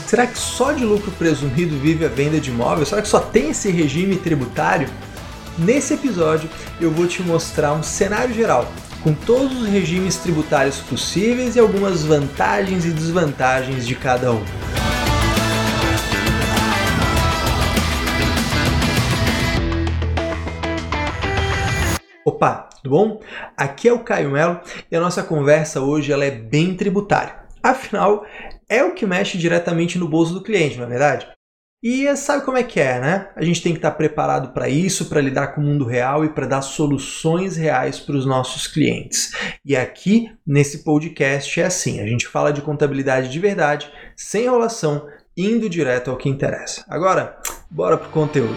Será que só de lucro presumido vive a venda de imóvel? Será que só tem esse regime tributário? Nesse episódio eu vou te mostrar um cenário geral, com todos os regimes tributários possíveis e algumas vantagens e desvantagens de cada um. Opa, tudo bom? Aqui é o Caio Melo e a nossa conversa hoje ela é bem tributária. Afinal, é o que mexe diretamente no bolso do cliente, não é verdade? E sabe como é que é, né? A gente tem que estar preparado para isso, para lidar com o mundo real e para dar soluções reais para os nossos clientes. E aqui, nesse podcast, é assim, a gente fala de contabilidade de verdade, sem enrolação, indo direto ao que interessa. Agora, bora pro conteúdo.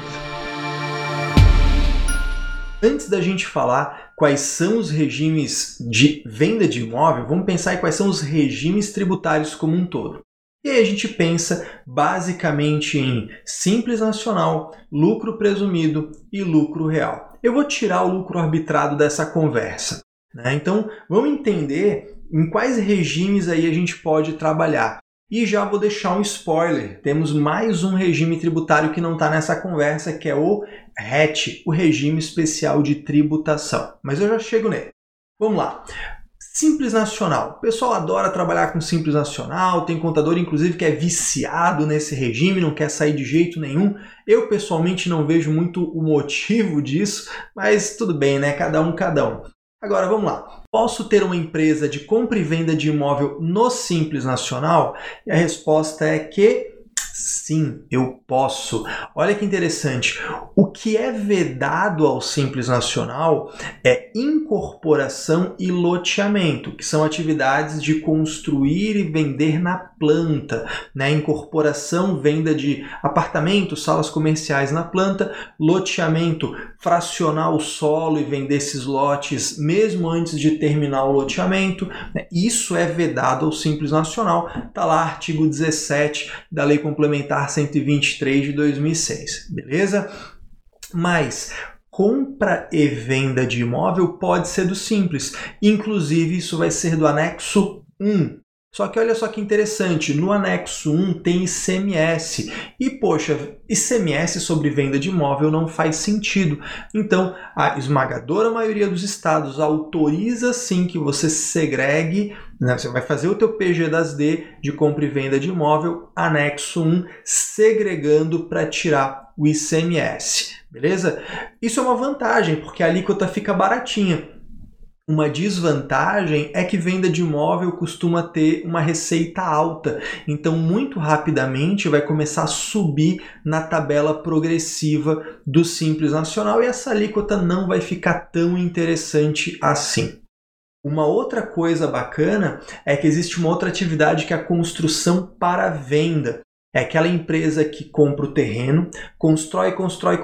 Antes da gente falar quais são os regimes de venda de imóvel, vamos pensar em quais são os regimes tributários como um todo. E aí a gente pensa basicamente em Simples Nacional, lucro presumido e lucro real. Eu vou tirar o lucro arbitrado dessa conversa, né? Então vamos entender em quais regimes aí a gente pode trabalhar. E já vou deixar um spoiler, temos mais um regime tributário que não está nessa conversa, que é o RET, o Regime Especial de Tributação. Mas eu já chego nele. Vamos lá. Simples Nacional. O pessoal adora trabalhar com Simples Nacional, tem contador inclusive que é viciado nesse regime, não quer sair de jeito nenhum. Eu pessoalmente não vejo muito o motivo disso, mas tudo bem, né? Cada um. Agora vamos lá. Posso ter uma empresa de compra e venda de imóvel no Simples Nacional? E a resposta é que sim, eu posso. Olha que interessante. O que é vedado ao Simples Nacional é incorporação e loteamento, que são atividades de construir e vender na planta, né? Incorporação, venda de apartamentos, salas comerciais na planta, loteamento, fracionar o solo e vender esses lotes mesmo antes de terminar o loteamento, né? Isso é vedado ao Simples Nacional. Está lá artigo 17 da Lei Complementar 123 de 2006, beleza? Mas compra e venda de imóvel pode ser do Simples, inclusive isso vai ser do anexo 1. Só que olha só que interessante, no anexo 1 tem ICMS e, poxa, ICMS sobre venda de imóvel não faz sentido. Então, a esmagadora maioria dos estados autoriza sim que você segregue, né? Você vai fazer o teu PG das D de compra e venda de imóvel, anexo 1, segregando para tirar o ICMS, beleza? Isso é uma vantagem, porque a alíquota fica baratinha. Uma desvantagem é que venda de imóvel costuma ter uma receita alta, então muito rapidamente vai começar a subir na tabela progressiva do Simples Nacional e essa alíquota não vai ficar tão interessante assim. Uma outra coisa bacana é que existe uma outra atividade que é a construção para venda. É aquela empresa que compra o terreno, constrói,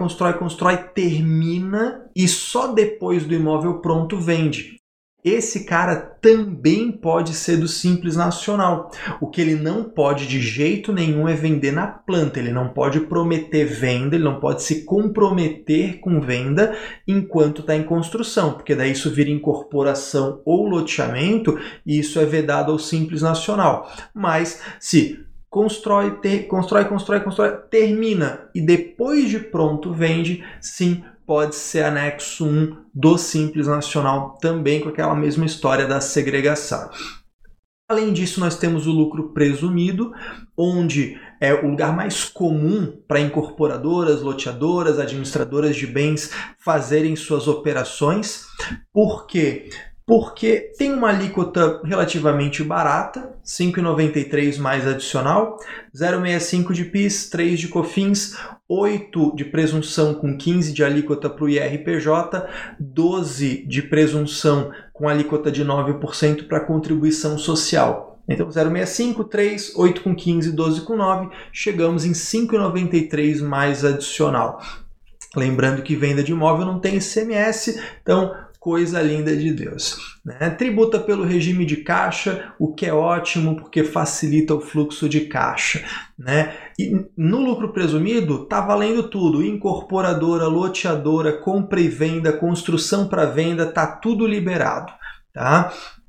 termina e só depois do imóvel pronto vende. Esse cara também pode ser do Simples Nacional. O que ele não pode de jeito nenhum é vender na planta. Ele não pode prometer venda, ele não pode se comprometer com venda enquanto está em construção, porque daí isso vira incorporação ou loteamento e isso é vedado ao Simples Nacional. Mas se constrói, termina e depois de pronto vende, sim, pode ser anexo 1 do Simples Nacional, também com aquela mesma história da segregação. Além disso, nós temos o lucro presumido, onde é o lugar mais comum para incorporadoras, loteadoras, administradoras de bens fazerem suas operações. Por quê? Porque tem uma alíquota relativamente barata, 5,93 mais adicional, 0,65 de PIS, 3 de COFINS, 8 de presunção com 15 de alíquota para o IRPJ, 12 de presunção com alíquota de 9% para a contribuição social. Então 0,65, 3, 8 com 15, 12 com 9, chegamos em 5,93 mais adicional. Lembrando que venda de imóvel não tem ICMS, então coisa linda de Deus, né? Tributa pelo regime de caixa, o que é ótimo porque facilita o fluxo de caixa, né? E no lucro presumido tá valendo tudo, incorporadora, loteadora, compra e venda, construção para venda, tá tudo liberado, tá?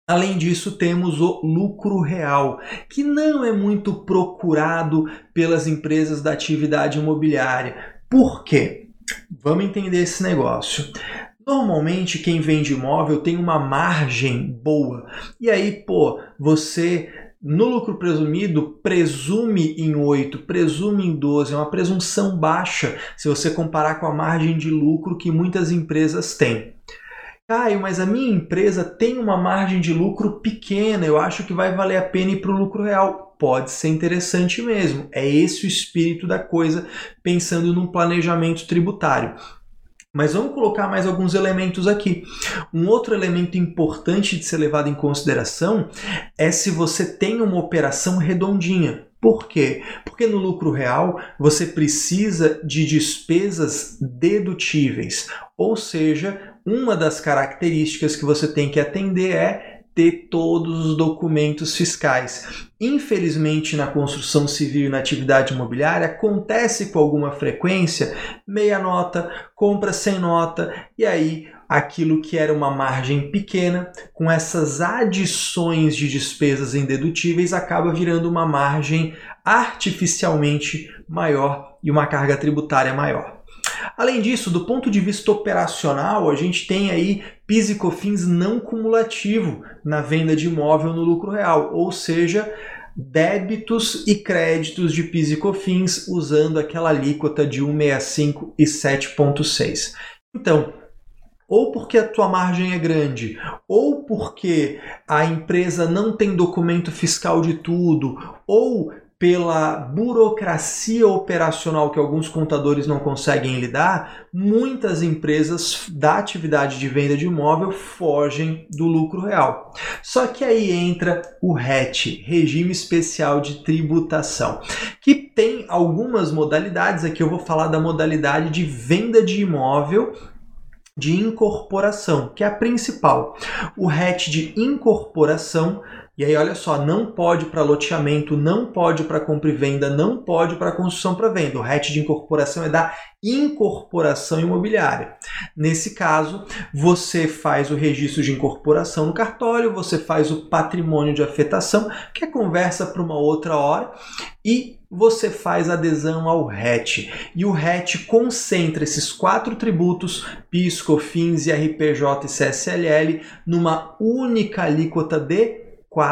Além disso, temos o lucro real, que não é muito procurado pelas empresas da atividade imobiliária. Por quê? Vamos entender esse negócio. Normalmente, quem vende imóvel tem uma margem boa. E aí, você, no lucro presumido, presume em 8, presume em 12. É uma presunção baixa se você comparar com a margem de lucro que muitas empresas têm. Caio, mas a minha empresa tem uma margem de lucro pequena, eu acho que vai valer a pena ir para o lucro real. Pode ser interessante mesmo, é esse o espírito da coisa, pensando num planejamento tributário. Mas vamos colocar mais alguns elementos aqui. Um outro elemento importante de ser levado em consideração é se você tem uma operação redondinha. Por quê? Porque no lucro real você precisa de despesas dedutíveis, ou seja, uma das características que você tem que atender é ter todos os documentos fiscais. Infelizmente, na construção civil e na atividade imobiliária, acontece com alguma frequência meia nota, compra sem nota, e aí aquilo que era uma margem pequena, com essas adições de despesas indedutíveis, acaba virando uma margem artificialmente maior e uma carga tributária maior. Além disso, do ponto de vista operacional, a gente tem aí PIS e COFINS não cumulativo na venda de imóvel no lucro real, ou seja, débitos e créditos de PIS e COFINS usando aquela alíquota de 1,65 e 7,6. Então, ou porque a tua margem é grande, ou porque a empresa não tem documento fiscal de tudo, ou pela burocracia operacional que alguns contadores não conseguem lidar, muitas empresas da atividade de venda de imóvel fogem do lucro real. Só que aí entra o RET, Regime Especial de Tributação, que tem algumas modalidades. Aqui eu vou falar da modalidade de venda de imóvel de incorporação, que é a principal. O RET de incorporação, e aí olha só, não pode para loteamento, não pode para compra e venda, não pode para construção para venda. O RET de incorporação é da incorporação imobiliária. Nesse caso, você faz o registro de incorporação no cartório, você faz o patrimônio de afetação, que é conversa para uma outra hora, e você faz adesão ao RET. E o RET concentra esses 4 tributos, PIS, COFINS, IRPJ e CSLL, numa única alíquota de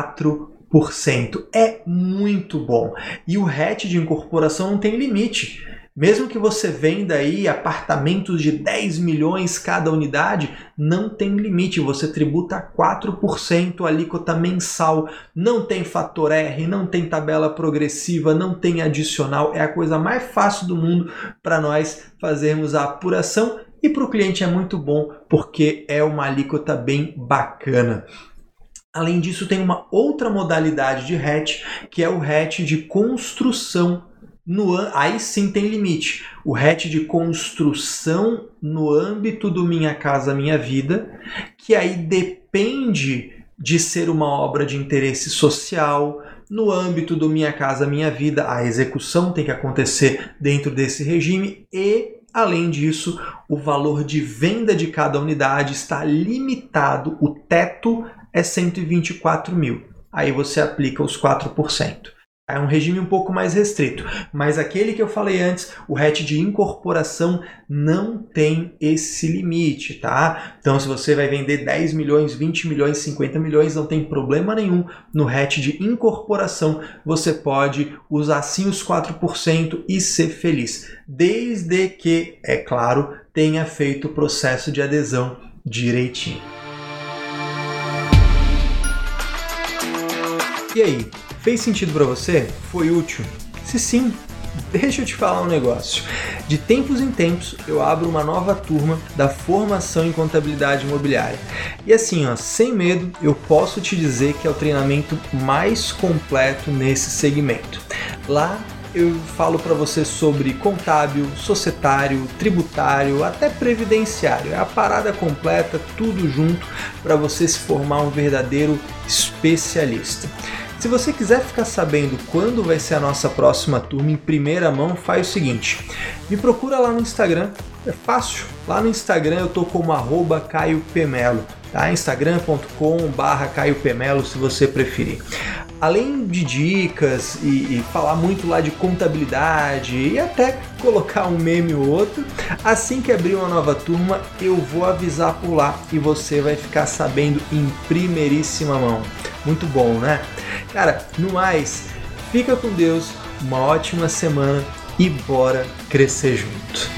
4%. É muito bom. E o RET de incorporação não tem limite. Mesmo que você venda aí apartamentos de 10 milhões cada unidade, não tem limite, você tributa 4% alíquota mensal, não tem fator R, não tem tabela progressiva, não tem adicional, é a coisa mais fácil do mundo para nós fazermos a apuração e para o cliente é muito bom porque é uma alíquota bem bacana. Além disso, tem uma outra modalidade de RET, que é o RET de construção. Aí sim tem limite. O RET de construção no âmbito do Minha Casa Minha Vida, que aí depende de ser uma obra de interesse social. No âmbito do Minha Casa Minha Vida, a execução tem que acontecer dentro desse regime e, além disso, o valor de venda de cada unidade está limitado. O teto é 124 mil. Aí você aplica os 4%. É um regime um pouco mais restrito, mas aquele que eu falei antes, o RET de incorporação, não tem esse limite, tá? Então, se você vai vender 10 milhões, 20 milhões, 50 milhões, não tem problema nenhum. No RET de incorporação, você pode usar sim os 4% e ser feliz, desde que, é claro, tenha feito o processo de adesão direitinho. E aí? Fez sentido para você? Foi útil? Se sim, deixa eu te falar um negócio. De tempos em tempos, eu abro uma nova turma da formação em contabilidade imobiliária. E assim, sem medo, eu posso te dizer que é o treinamento mais completo nesse segmento. Lá eu falo para você sobre contábil, societário, tributário, até previdenciário. É a parada completa, tudo junto, para você se formar um verdadeiro especialista. Se você quiser ficar sabendo quando vai ser a nossa próxima turma em primeira mão, faz o seguinte, me procura lá no Instagram, é fácil, lá no Instagram eu tô como @CaioPemelo, tá? instagram.com/CaioPemelo, se você preferir. Além de dicas e falar muito lá de contabilidade e até colocar um meme ou outro, assim que abrir uma nova turma, eu vou avisar por lá e você vai ficar sabendo em primeiríssima mão. Muito bom, né? Cara, no mais, fica com Deus, uma ótima semana e bora crescer junto.